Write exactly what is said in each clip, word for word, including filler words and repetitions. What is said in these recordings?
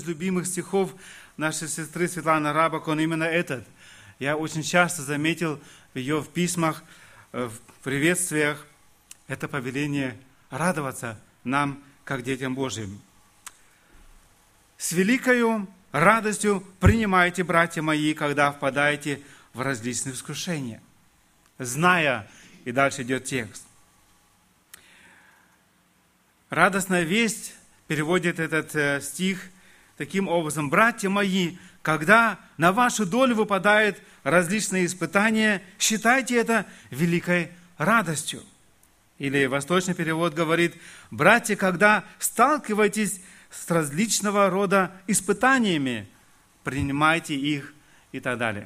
Любимых стихов нашей сестры Светланы Рабок, он именно этот. Я очень часто заметил в ее в письмах, в приветствиях, это повеление радоваться нам, как детям Божьим. «С великою радостью принимайте, братья мои, когда впадаете в различные искушения, зная», и дальше идет текст. Радостная весть переводит этот стих таким образом: «Братья мои, когда на вашу долю выпадают различные испытания, считайте это великой радостью». Или восточный перевод говорит: «Братья, когда сталкиваетесь с различного рода испытаниями, принимайте их», и так далее.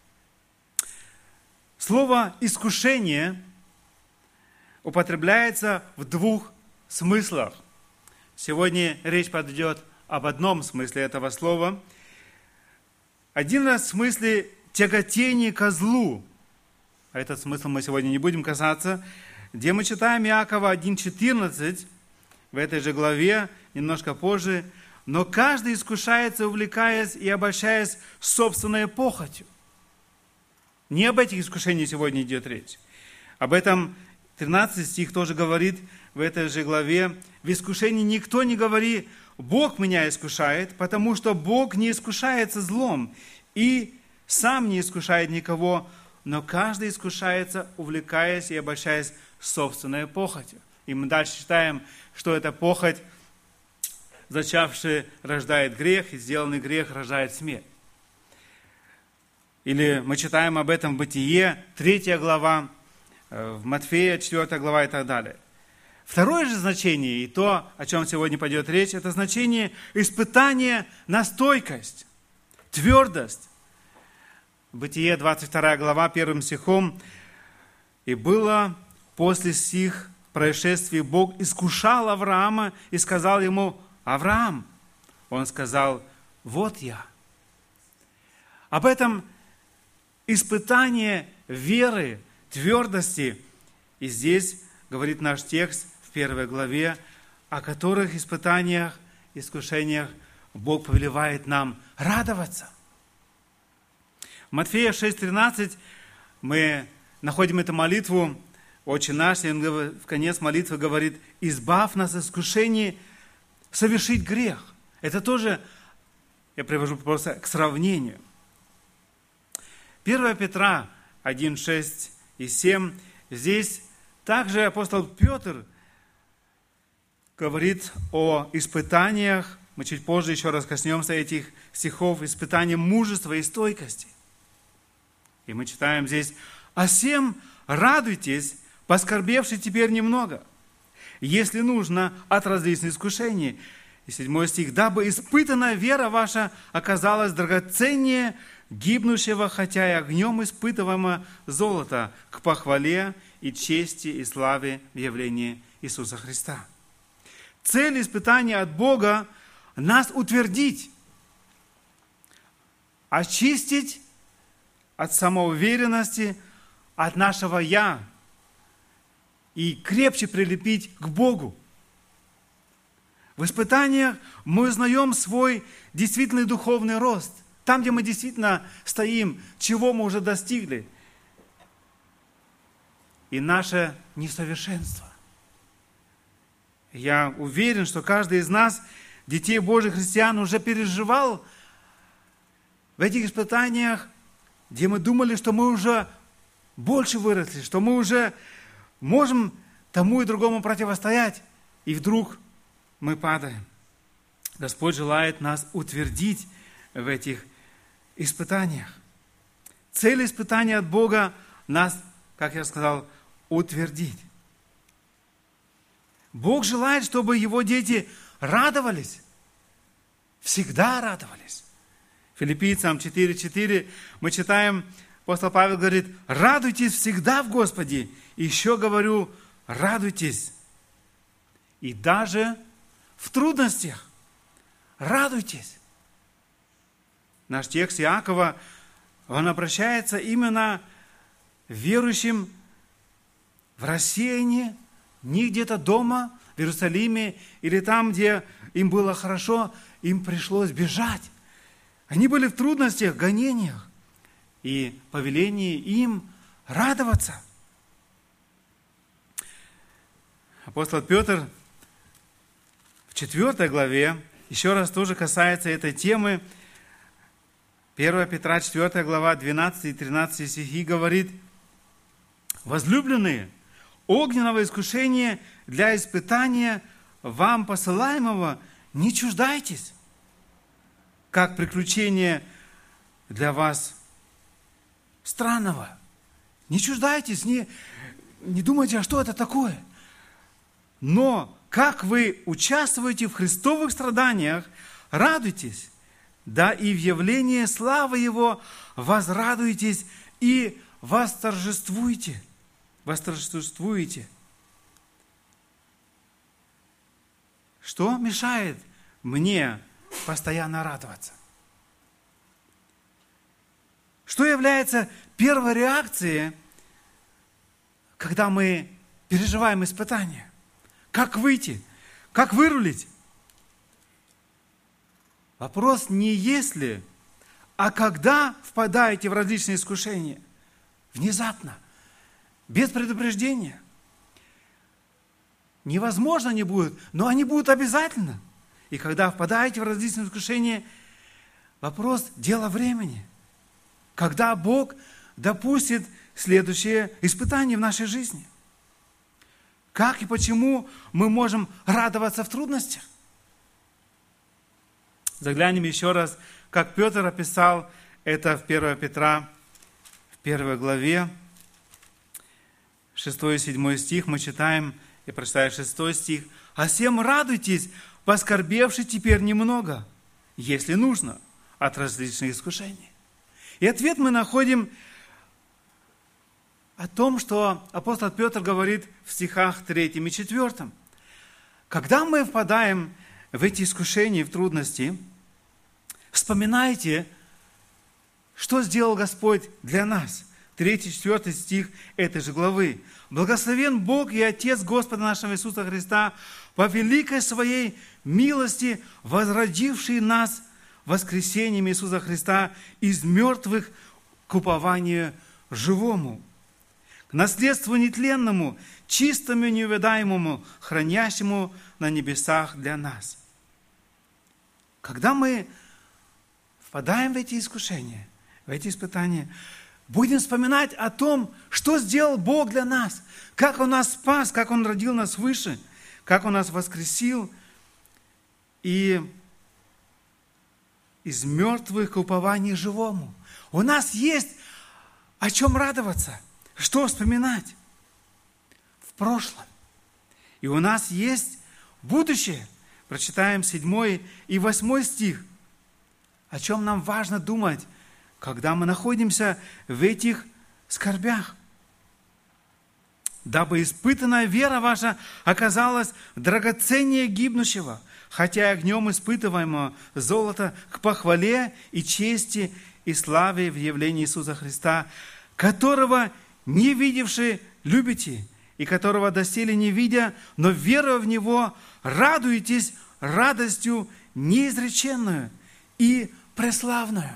Слово «искушение» употребляется в двух смыслах. Сегодня речь пойдет об одном смысле этого слова. Один раз в смысле тяготения ко злу. А этот смысл мы сегодня не будем касаться. Где мы читаем Иакова один четырнадцать, в этой же главе, немножко позже. «Но каждый искушается, увлекаясь и обольщаясь собственной похотью». Не об этих искушениях сегодня идет речь. Об этом тринадцатый стих тоже говорит в этой же главе. «В искушении никто не говорит: Бог меня искушает, потому что Бог не искушается злом и сам не искушает никого, но каждый искушается, увлекаясь и обольщаясь собственной похотью». И мы дальше читаем, что эта похоть, зачавшая, рождает грех, и сделанный грех рождает смерть. Или мы читаем об этом в Бытие, третья глава, в Матфея, четвёртая глава и так далее. Второе же значение, и то, о чем сегодня пойдет речь, это значение испытания на стойкость, твердость. Бытие, двадцать вторая глава, первым стихом. «И было после сих происшествий Бог искушал Авраама и сказал ему: Авраам. Он сказал: вот я». Об этом испытании веры, твердости. И здесь говорит наш текст в первой главе, о которых испытаниях, искушениях Бог повелевает нам радоваться. В Матфея шесть тринадцать мы находим эту молитву «Отче наш», и он в конец молитвы говорит: «Избавь нас от искушений совершить грех». Это тоже, я привожу просто к сравнению. первое Петра один шесть и семь. Здесь также апостол Петр говорит о испытаниях. Мы чуть позже еще раз коснемся этих стихов. Испытанием мужества и стойкости. И мы читаем здесь: «А сем радуйтесь, поскорбевши теперь немного, если нужно, от различных искушений». И седьмой стих: «Дабы испытанная вера ваша оказалась драгоценнее гибнущего, хотя и огнем испытываемого золота, к похвале и чести и славе в явлении Иисуса Христа». Цель испытания от Бога – нас утвердить, очистить от самоуверенности, от нашего «я» и крепче прилепить к Богу. В испытаниях мы узнаем свой действительный духовный рост. Там, где мы действительно стоим, чего мы уже достигли. И наше несовершенство. Я уверен, что каждый из нас, детей Божьих христиан, уже переживал в этих испытаниях, где мы думали, что мы уже больше выросли, что мы уже можем тому и другому противостоять. И вдруг мы падаем. Господь желает нас утвердить в этих испытаниях. Цель испытания от Бога нас, как я сказал, утвердить. Бог желает, чтобы Его дети радовались, всегда радовались. Филиппийцам четыре четыре мы читаем, апостол Павел говорит: «Радуйтесь всегда в Господе». И еще говорю: радуйтесь. И даже в трудностях радуйтесь. Наш текст Иакова, он обращается именно верующим в рассеянии, не где-то дома, в Иерусалиме или там, где им было хорошо, им пришлось бежать. Они были в трудностях, гонениях. И повеление им радоваться. Апостол Петр в четвёртой главе, еще раз тоже касается этой темы, первое Петра, четвёртая глава, двенадцатый и тринадцатый стихи говорит: «Возлюбленные, огненного искушения для испытания вам посылаемого не чуждайтесь, как приключение для вас странного». Не чуждайтесь, не, не думайте, а что это такое. Но как вы участвуете в христовых страданиях, радуйтесь, да и в явлении славы Его возрадуйтесь и восторжествуйте. Восторжествуйте. Что мешает мне постоянно радоваться? Что является первой реакцией, когда мы переживаем испытания? Как выйти? Как вырулить? Вопрос не если, а когда впадаете в различные искушения. Внезапно, без предупреждения. Невозможно не будет, но они будут обязательно. И когда впадаете в различные искушения, вопрос – дело времени. Когда Бог допустит следующее испытание в нашей жизни. Как и почему мы можем радоваться в трудностях? Заглянем еще раз, как Петр описал это в первое Петра, в первой главе, шестой и седьмой стих. Мы читаем, я прочитаю шестой стих. «А всем радуйтесь, поскорбевши теперь немного, если нужно, от различных искушений». И ответ мы находим о том, что апостол Петр говорит в стихах третьем и четвёртом. Когда мы впадаем в эти искушения, в трудности, вспоминайте, что сделал Господь для нас. третий и четвёртый стих этой же главы. «Благословен Бог и Отец Господа нашего Иисуса Христа, по великой своей милости, возродивший нас воскресением Иисуса Христа из мертвых к упованию живому, к наследству нетленному, чистому и неувядаемому, хранящему на небесах для нас». Когда мы впадаем в эти искушения, в эти испытания, будем вспоминать о том, что сделал Бог для нас, как Он нас спас, как Он родил нас свыше, как Он нас воскресил и из мертвых к упованию живому. У нас есть о чем радоваться, что вспоминать в прошлом. И у нас есть будущее. Прочитаем седьмой и восьмой стих. О чем нам важно думать, когда мы находимся в этих скорбях. «Дабы испытанная вера ваша оказалась драгоценнее гибнущего, хотя огнем испытываемого золота к похвале и чести и славе в явлении Иисуса Христа, которого не видевши любите, и которого доселе не видя, но веруя в Него, радуетесь радостью неизреченную и преславную».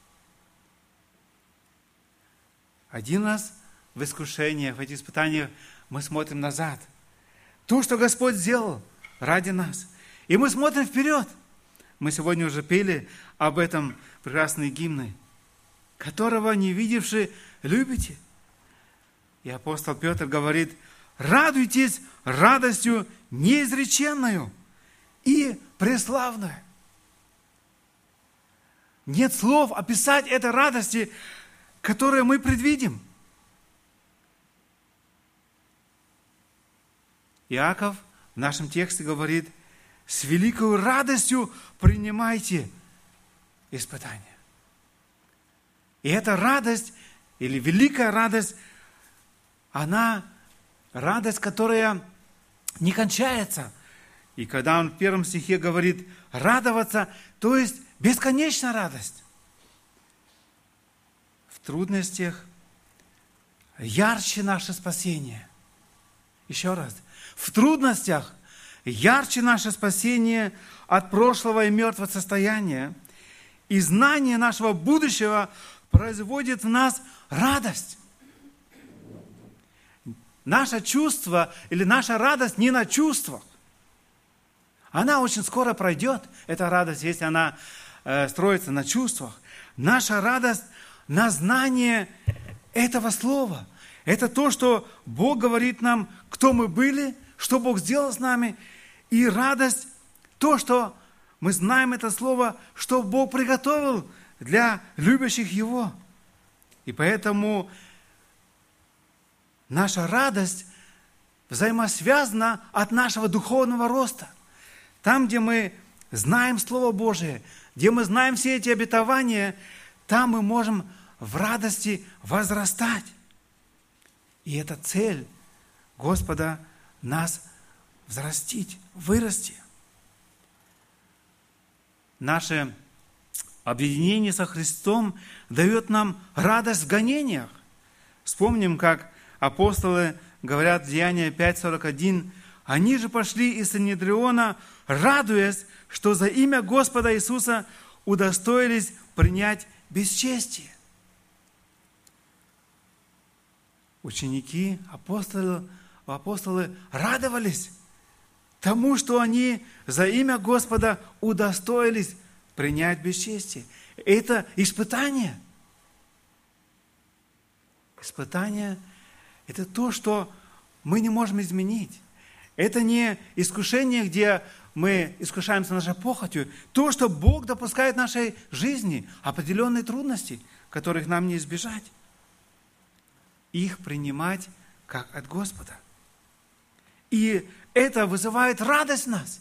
Один раз в искушениях, в этих испытаниях мы смотрим назад. То, что Господь сделал ради нас. И мы смотрим вперед. Мы сегодня уже пели об этом прекрасные гимны. «Которого не видевши любите». И апостол Петр говорит: радуйтесь радостью неизреченную и преславную. Нет слов описать этой радости, которую мы предвидим. Иаков в нашем тексте говорит: с великой радостью принимайте испытания. И эта радость, или великая радость, она радость, которая не кончается. И когда он в первом стихе говорит радоваться, то есть бесконечная радость. В трудностях ярче наше спасение. Еще раз. В трудностях ярче наше спасение от прошлого и мертвого состояния, и знание нашего будущего производит в нас радость. Наше чувство или наша радость не на чувствах. Она очень скоро пройдет, эта радость, если она э, строится на чувствах. Наша радость на знание этого слова. Это то, что Бог говорит нам, кто мы были, что Бог сделал с нами. И радость, то, что мы знаем это слово, что Бог приготовил для любящих Его. И поэтому наша радость взаимосвязана от нашего духовного роста. Там, где мы знаем Слово Божие, где мы знаем все эти обетования, там мы можем в радости возрастать. И это цель Господа нас взрастить, вырасти. Наше объединение со Христом дает нам радость в гонениях. Вспомним, как апостолы говорят в Деяния пять сорок один, «Они же пошли из Синедриона, радуясь, что за имя Господа Иисуса удостоились принять бесчестие». Ученики, апостолы, апостолы радовались тому, что они за имя Господа удостоились принять бесчестие. Это испытание. Испытание – это то, что мы не можем изменить. Это не искушение, где мы искушаемся нашей похотью. То, что Бог допускает в нашей жизни, определенные трудности, которых нам не избежать. Их принимать как от Господа. И это вызывает радость в нас.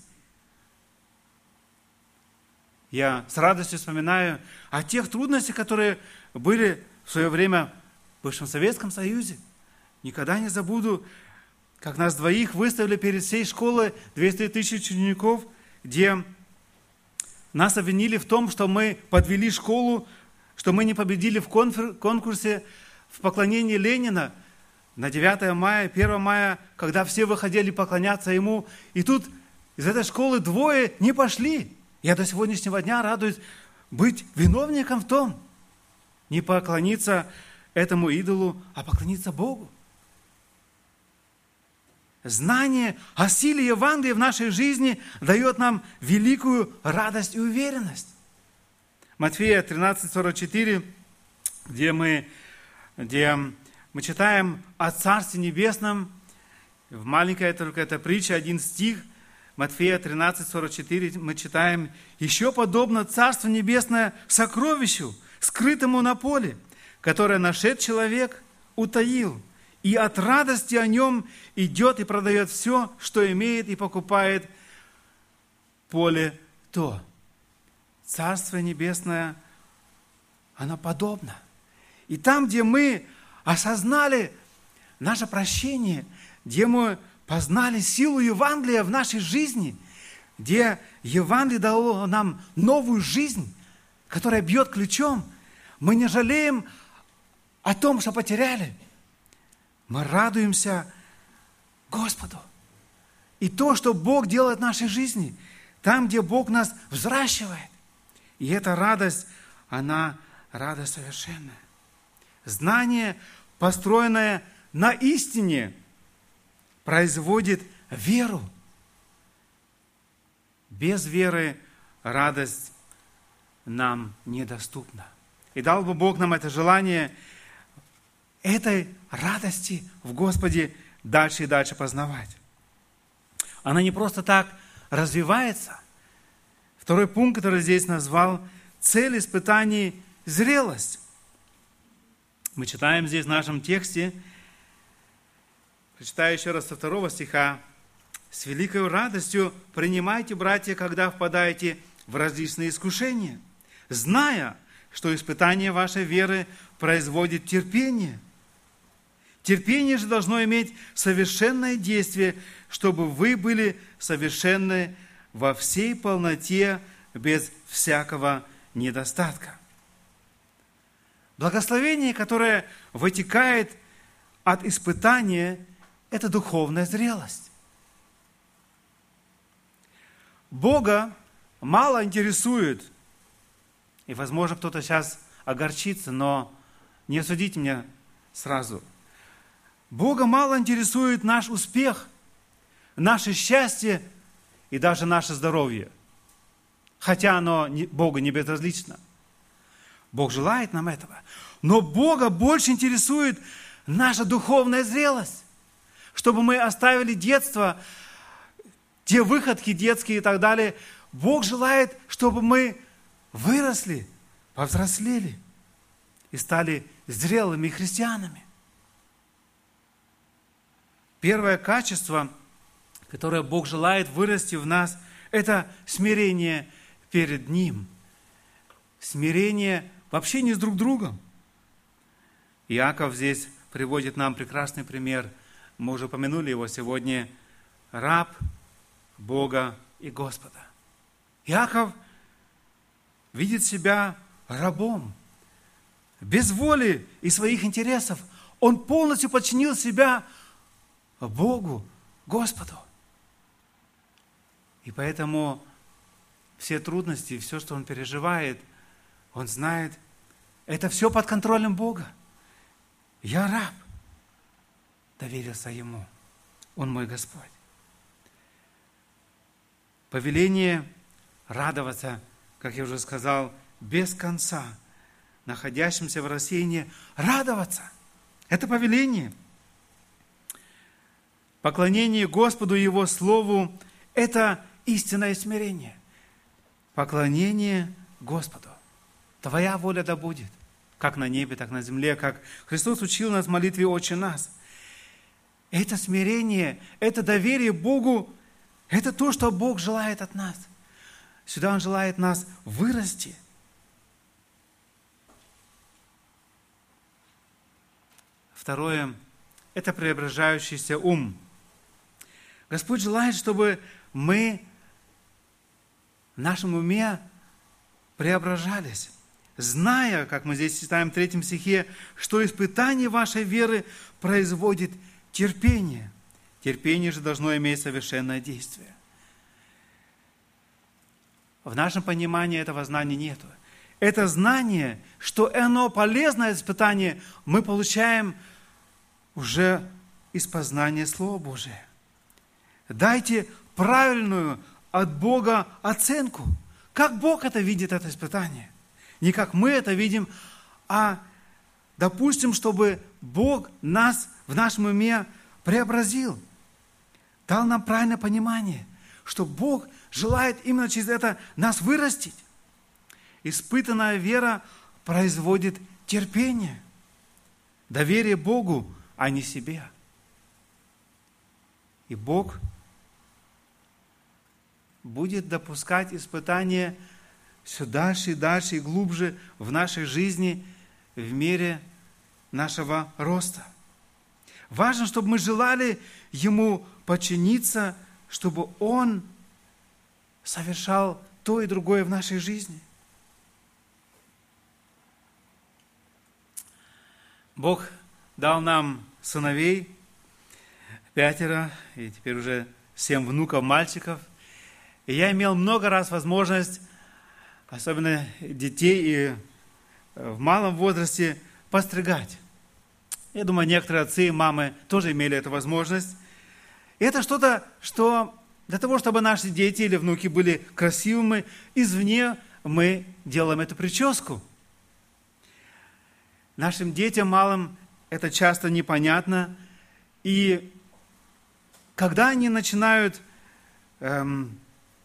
Я с радостью вспоминаю о тех трудностях, которые были в свое время в бывшем Советском Союзе. Никогда не забуду, как нас двоих выставили перед всей школой двести тысяч учеников, где нас обвинили в том, что мы подвели школу, что мы не победили в конкурсе в поклонении Ленина на девятое мая, первое мая, когда все выходили поклоняться ему. И тут из этой школы двое не пошли. Я до сегодняшнего дня радуюсь быть виновником в том, не поклониться этому идолу, а поклониться Богу. Знание о силе Евангелия в нашей жизни дает нам великую радость и уверенность. Матфея тринадцать сорок четыре, где мы, где мы читаем о Царстве Небесном, в маленькая только эта притча, один стих, Матфея тринадцать сорок четыре, мы читаем: «Еще подобно Царство Небесное сокровищу, скрытому на поле, которое нашед человек, утаил, и от радости о нем идет и продает все, что имеет, и покупает поле то». Царство Небесное, оно подобно. И там, где мы осознали наше прощение, где мы познали силу Евангелия в нашей жизни, где Евангелие дало нам новую жизнь, которая бьет ключом, мы не жалеем о том, что потеряли. Мы радуемся Господу. И то, что Бог делает в нашей жизни, там, где Бог нас взращивает. И эта радость, она радость совершенная. Знание, построенное на истине, производит веру. Без веры радость нам недоступна. И дал бы Бог нам это желание этой радости в Господе дальше и дальше познавать. Она не просто так развивается. Второй пункт, который здесь назвал, цель испытаний – зрелость. Мы читаем здесь в нашем тексте, прочитаю еще раз со второго стиха: «С великой радостью принимайте, братья, когда впадаете в различные искушения, зная, что испытание вашей веры производит терпение. Терпение же должно иметь совершенное действие, чтобы вы были совершенны во всей полноте, без всякого недостатка». Благословение, которое вытекает от испытания, это духовная зрелость. Бога мало интересует, и, возможно, кто-то сейчас огорчится, но не осудите меня сразу. Бога мало интересует наш успех, наше счастье и даже наше здоровье. Хотя оно Богу не безразлично. Бог желает нам этого. Но Бога больше интересует наша духовная зрелость. Чтобы мы оставили детство, те выходки детские и так далее. Бог желает, чтобы мы выросли, повзрослели и стали зрелыми христианами. Первое качество, которое Бог желает вырасти в нас, это смирение перед Ним. Смирение в общении с друг другом. Иаков здесь приводит нам прекрасный пример. Мы уже упомянули его сегодня. Раб Бога и Господа. Иаков видит себя рабом. Без воли и своих интересов. Он полностью подчинил себя Богу, Господу. И поэтому все трудности, все, что он переживает, он знает, это все под контролем Бога. Я раб, доверился Ему. Он мой Господь. Повеление радоваться, как я уже сказал, без конца, находящимся в рассеянии, радоваться. Это повеление. Поклонение Господу и Его Слову – это истинное смирение. Поклонение Господу. Твоя воля да будет, как на небе, так на земле, как Христос учил нас в молитве «Отче наш». Это смирение, это доверие Богу, это то, что Бог желает от нас. Сюда Он желает нас вырасти. Второе – это преображающийся ум. Господь желает, чтобы мы в нашем уме преображались, зная, как мы здесь читаем в третьем стихе, что испытание вашей веры производит терпение. Терпение же должно иметь совершенное действие. В нашем понимании этого знания нет. Это знание, что оно полезное испытание, мы получаем уже из познания Слова Божия. Дайте правильную от Бога оценку. Как Бог это видит, это испытание? Не как мы это видим, а допустим, чтобы Бог нас в нашем уме преобразил, дал нам правильное понимание, что Бог желает именно через это нас вырастить. Испытанная вера производит терпение, доверие Богу, а не себе. И Бог будет допускать испытания все дальше и дальше и глубже в нашей жизни, в мере нашего роста. Важно, чтобы мы желали Ему подчиниться, чтобы Он совершал то и другое в нашей жизни. Бог дал нам сыновей, пятеро, и теперь уже семь внуков, мальчиков. И я имел много раз возможность, особенно детей и в малом возрасте, постригать. Я думаю, некоторые отцы и мамы тоже имели эту возможность. И это что-то, что для того, чтобы наши дети или внуки были красивыми, извне мы делаем эту прическу. Нашим детям малым это часто непонятно. И когда они начинают эм,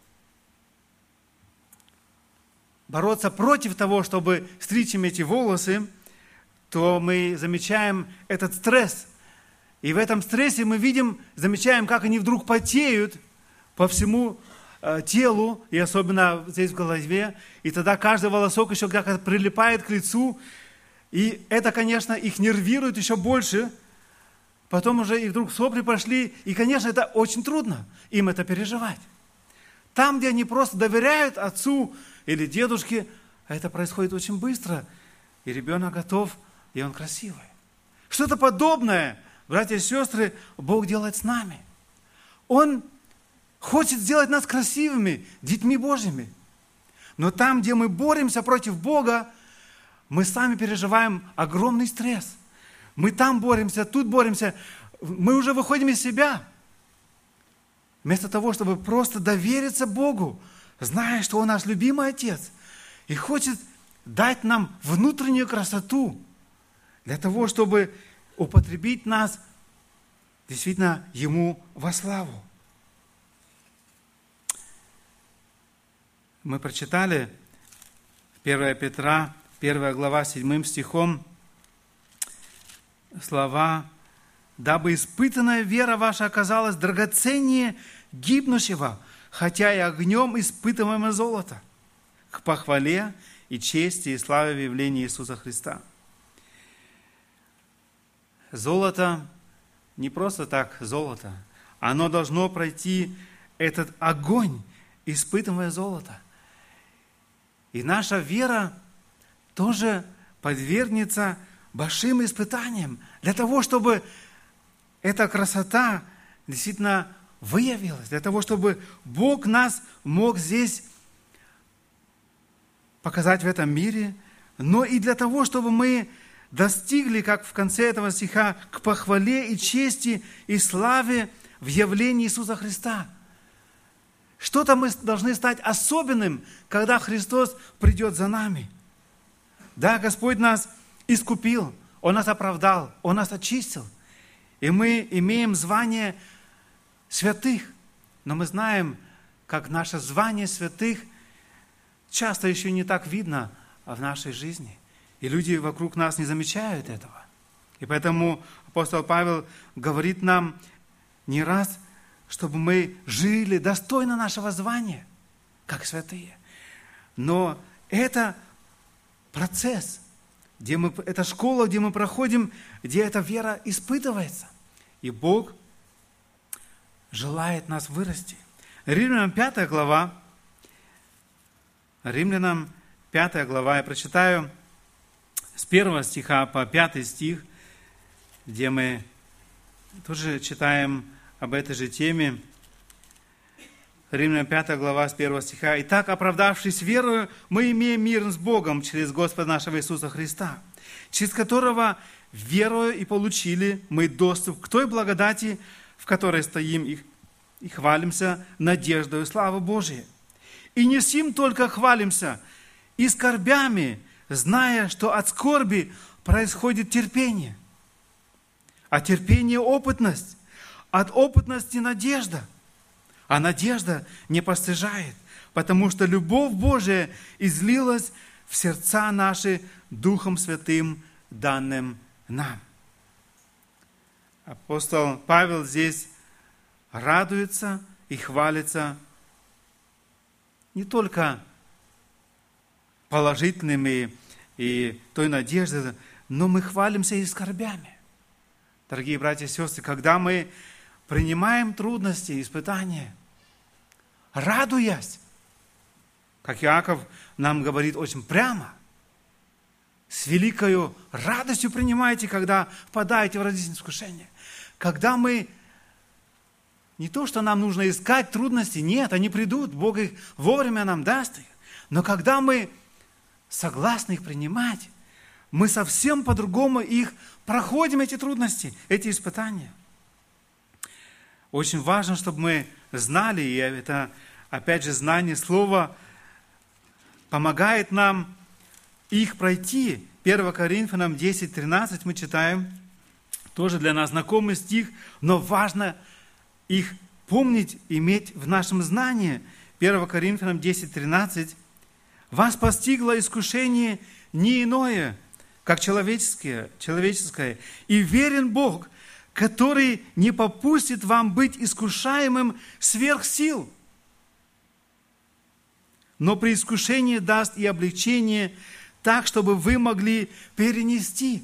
бороться против того, чтобы стричь им эти волосы, то мы замечаем этот стресс. И в этом стрессе мы видим, замечаем, как они вдруг потеют по всему э, телу, и особенно здесь в голове. И тогда каждый волосок еще как-то прилипает к лицу. И это, конечно, их нервирует еще больше. Потом уже и вдруг сопли пошли. И, конечно, это очень трудно им это переживать. Там, где они просто доверяют отцу или дедушке, это происходит очень быстро. И ребенок готов, и он красивый. Что-то подобное, братья и сестры, Бог делает с нами. Он хочет сделать нас красивыми, детьми Божьими. Но там, где мы боремся против Бога, мы сами переживаем огромный стресс. Мы там боремся, тут боремся. Мы уже выходим из себя. Вместо того, чтобы просто довериться Богу, зная, что Он наш любимый Отец и хочет дать нам внутреннюю красоту для того, чтобы употребить нас действительно Ему во славу. Мы прочитали первое Петра, первая глава, седьмым стихом, слова: «Дабы испытанная вера ваша оказалась драгоценнее гибнущего, хотя и огнем испытываемое золото, к похвале и чести и славе в явлении Иисуса Христа». Золото не просто так золото. Оно должно пройти этот огонь, испытывая золото. И наша вера тоже подвергнется большим испытаниям для того, чтобы эта красота действительно выявилась, для того, чтобы Бог нас мог здесь показать в этом мире, но и для того, чтобы мы достигли, как в конце этого стиха, к похвале и чести и славе в явлении Иисуса Христа. Что-то мы должны стать особенным, когда Христос придет за нами. Да, Господь нас искупил, Он нас оправдал, Он нас очистил. И мы имеем звание святых. Но мы знаем, как наше звание святых часто еще не так видно в нашей жизни. И люди вокруг нас не замечают этого. И поэтому апостол Павел говорит нам не раз, чтобы мы жили достойно нашего звания, как святые. Но это процесс, где мы, это школа, где мы проходим, где эта вера испытывается. И Бог желает нас вырасти. Римлянам пятая глава, Римлянам пятая глава, я прочитаю с первого стиха по пятый стих, где мы тоже читаем об этой же теме. Римлянам пятая глава с первого стиха. «Итак, оправдавшись верою, мы имеем мир с Богом через Господа нашего Иисуса Христа, через которого верою и получили мы доступ к той благодати, в которой стоим и, и хвалимся надеждою славы Божией. И не сим только хвалимся, и скорбями, зная, что от скорби происходит терпение, а терпение – опытность, от опытности – надежда, а надежда не постыжает, потому что любовь Божия излилась в сердца наши Духом Святым, данным нам». Апостол Павел здесь радуется и хвалится не только положительными и той надеждой, но мы хвалимся и скорбями. Дорогие братья и сестры, когда мы принимаем трудности, испытания, радуясь, как Иаков нам говорит очень прямо, с великою радостью принимайте, когда впадаете в различные искушения. Когда мы, не то, что нам нужно искать трудности, нет, они придут, Бог их вовремя нам даст их. Но когда мы согласны их принимать, мы совсем по-другому их проходим, эти трудности, эти испытания. Очень важно, чтобы мы знали, и это, опять же, знание слова помогает нам их пройти. первое Коринфянам десять тринадцать мы читаем, тоже для нас знакомый стих, но важно их помнить, иметь в нашем знании. первое Коринфянам десять тринадцать. «Вас постигло искушение не иное, как человеческое, человеческое, и верен Бог, который не попустит вам быть искушаемым сверх сил, но при искушении даст и облегчение, так, чтобы вы могли перенести».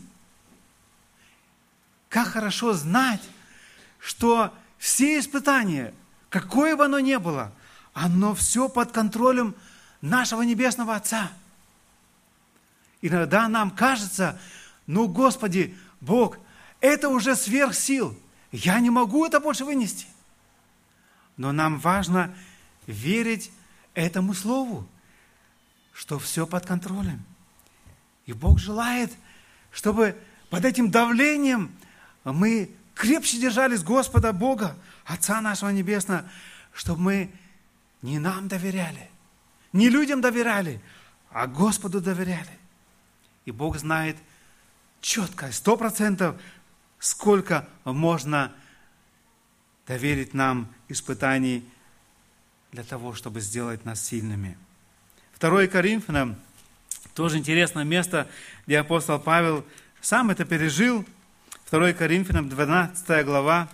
Как хорошо знать, что все испытания, какое бы оно ни было, оно все под контролем нашего Небесного Отца. Иногда нам кажется, ну, Господи, Бог, это уже сверх сил, я не могу это больше вынести. Но нам важно верить этому Слову, что все под контролем. И Бог желает, чтобы под этим давлением мы крепче держались Господа Бога, Отца нашего Небесного, чтобы мы не нам доверяли, не людям доверяли, а Господу доверяли. И Бог знает четко, сто процентов, сколько можно доверить нам испытаний для того, чтобы сделать нас сильными. Второе Коринфянам, тоже интересное место, где апостол Павел сам это пережил. Второе Коринфянам, двенадцатая глава.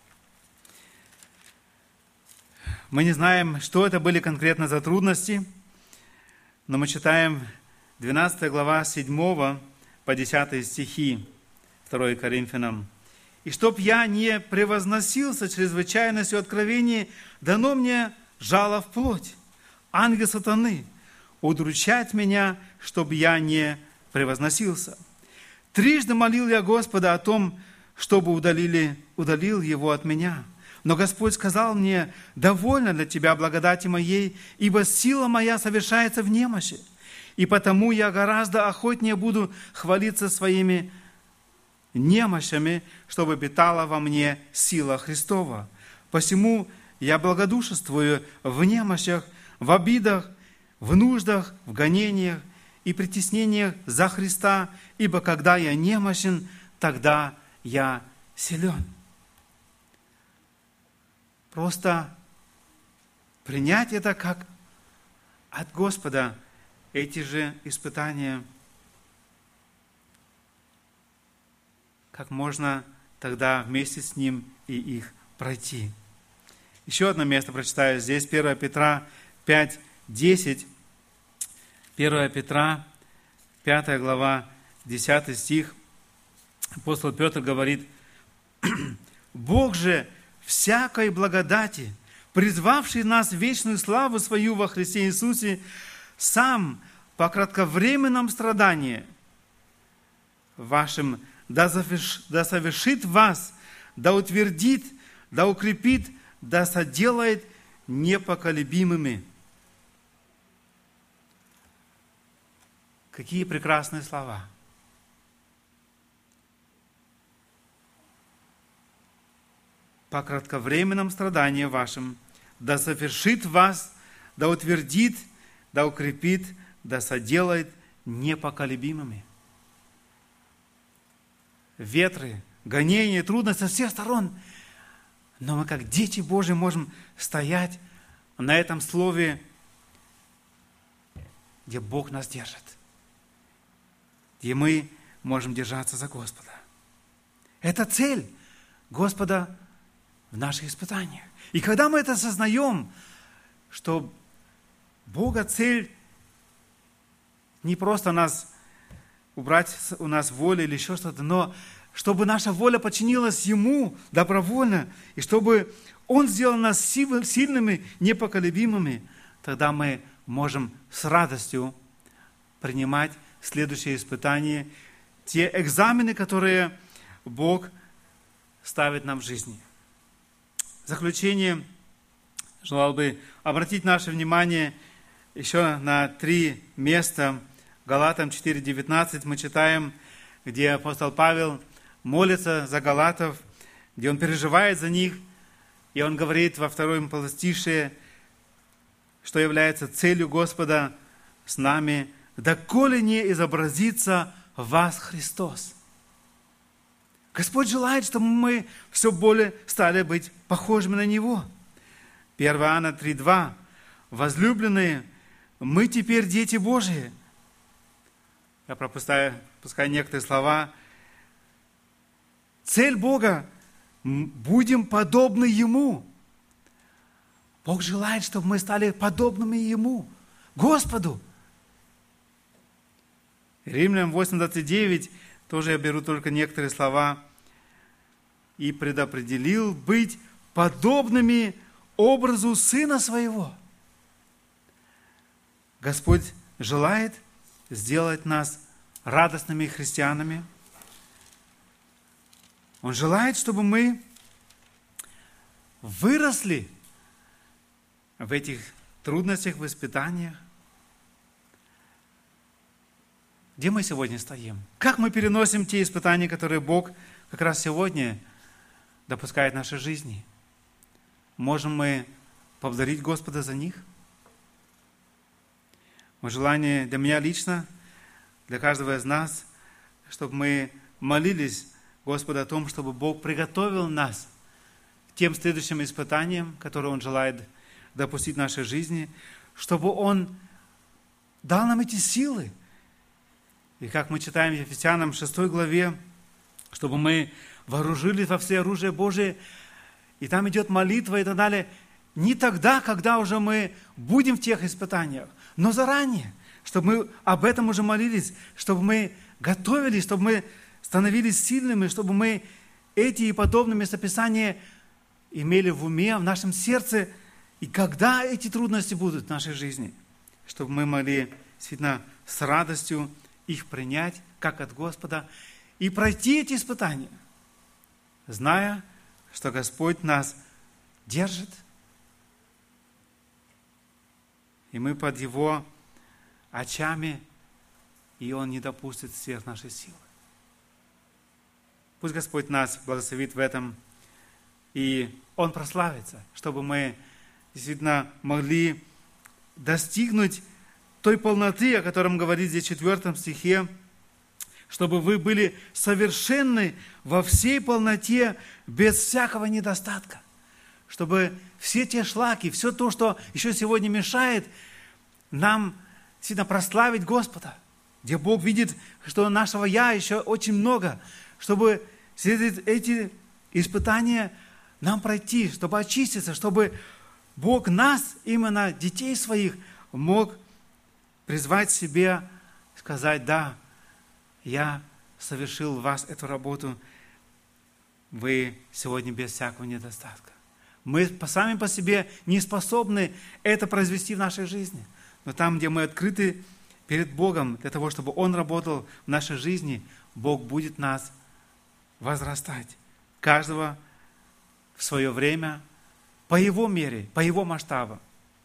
Мы не знаем, что это были конкретно за трудности, но мы читаем двенадцатая глава, с седьмого по десятый стихи, второе Коринфянам. «И чтоб я не превозносился чрезвычайностью откровений, дано мне жало в плоть, ангел сатаны, удручать меня, чтобы я не превозносился. Трижды молил я Господа о том, чтобы удалили, удалил его от меня. Но Господь сказал мне: довольно для тебя благодати моей, ибо сила моя совершается в немощи. И потому я гораздо охотнее буду хвалиться своими немощами, чтобы обитала во мне сила Христова. Посему я благодушествую в немощах, в обидах, в нуждах, в гонениях и притеснениях за Христа, ибо когда я немощен, тогда я силен». Просто принять это как от Господа, эти же испытания, как можно тогда вместе с Ним и их пройти. Еще одно место прочитаю здесь, первое Петра пять, десять. первое Петра, пятая глава, десятый стих. Апостол Петр говорит: «Бог же всякой благодати, призвавший нас в вечную славу свою во Христе Иисусе, сам по кратковременном страдании вашим да совершит вас, да утвердит, да укрепит, да соделает непоколебимыми». Какие прекрасные слова! «По кратковременном страдании вашим да совершит вас, да утвердит, да укрепит, да соделает непоколебимыми». Ветры, гонения, трудности со всех сторон. Но мы, как дети Божьи, можем стоять на этом слове, где Бог нас держит, где мы можем держаться за Господа. Это цель Господа в наших испытаниях. И когда мы это осознаем, что Бога цель не просто нас убрать у нас волю или еще что-то, но чтобы наша воля подчинилась Ему добровольно, и чтобы Он сделал нас сильными, непоколебимыми, тогда мы можем с радостью принимать следующие испытания, те экзамены, которые Бог ставит нам в жизни. В заключение желал бы обратить наше внимание еще на три места. Галатам четыре девятнадцать мы читаем, где апостол Павел молится за галатов, где он переживает за них, и он говорит во втором полостише, что является целью Господа с нами: «Доколе не изобразится в вас Христос». Господь желает, чтобы мы все более стали быть похожими на Него. первое Иоанна три два. «Возлюбленные, мы теперь дети Божии». Я пропускаю, пропускаю некоторые слова. Цель Бога – будем подобны Ему. Бог желает, чтобы мы стали подобными Ему, Господу. Римлянам восемь двадцать девять, тоже я беру только некоторые слова. «И предопределил быть подобными образу Сына Своего». Господь желает сделать нас радостными христианами. Он желает, чтобы мы выросли в этих трудностях, в испытаниях? Где мы сегодня стоим? Как мы переносим те испытания, которые Бог как раз сегодня допускает в нашей жизни? Можем мы поблагодарить Господа за них? Мое желание для меня лично, для каждого из нас, чтобы мы молились Господу о том, чтобы Бог приготовил нас к тем следующим испытаниям, которые Он желает допустить в нашей жизни, чтобы Он дал нам эти силы. И как мы читаем в Ефесянам шестой главе, чтобы мы вооружились во все оружие Божие, и там идет молитва и так далее, не тогда, когда уже мы будем в тех испытаниях, но заранее, чтобы мы об этом уже молились, чтобы мы готовились, чтобы мы становились сильными, чтобы мы эти и подобные местописания имели в уме, в нашем сердце, и когда эти трудности будут в нашей жизни, чтобы мы могли действительно с радостью их принять, как от Господа, и пройти эти испытания, зная, что Господь нас держит, и мы под Его очами, и Он не допустит сверх нашей силы. Пусть Господь нас благословит в этом, и Он прославится, чтобы мы действительно могли достигнуть той полноты, о котором говорит здесь в четвертом стихе, чтобы вы были совершенны во всей полноте, без всякого недостатка. Чтобы все те шлаки, все то, что еще сегодня мешает нам сильно прославить Господа, где Бог видит, что нашего «я» еще очень много, чтобы эти испытания нам пройти, чтобы очиститься, чтобы Бог нас, именно детей своих, мог призвать себе, сказать: да, я совершил в вас эту работу, вы сегодня без всякого недостатка. Мы сами по себе не способны это произвести в нашей жизни. Но там, где мы открыты перед Богом, для того, чтобы Он работал в нашей жизни, Бог будет нас возрастать. Каждого в свое время, по Его мере, по Его масштабу.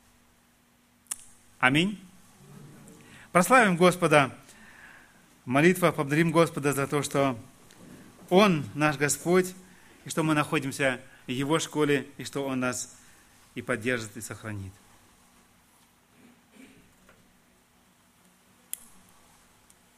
Аминь. Прославим Господа. Молитва, поблагодарим Господа за то, что Он наш Господь, и что мы находимся в Его школе, и что Он нас и поддержит, и сохранит.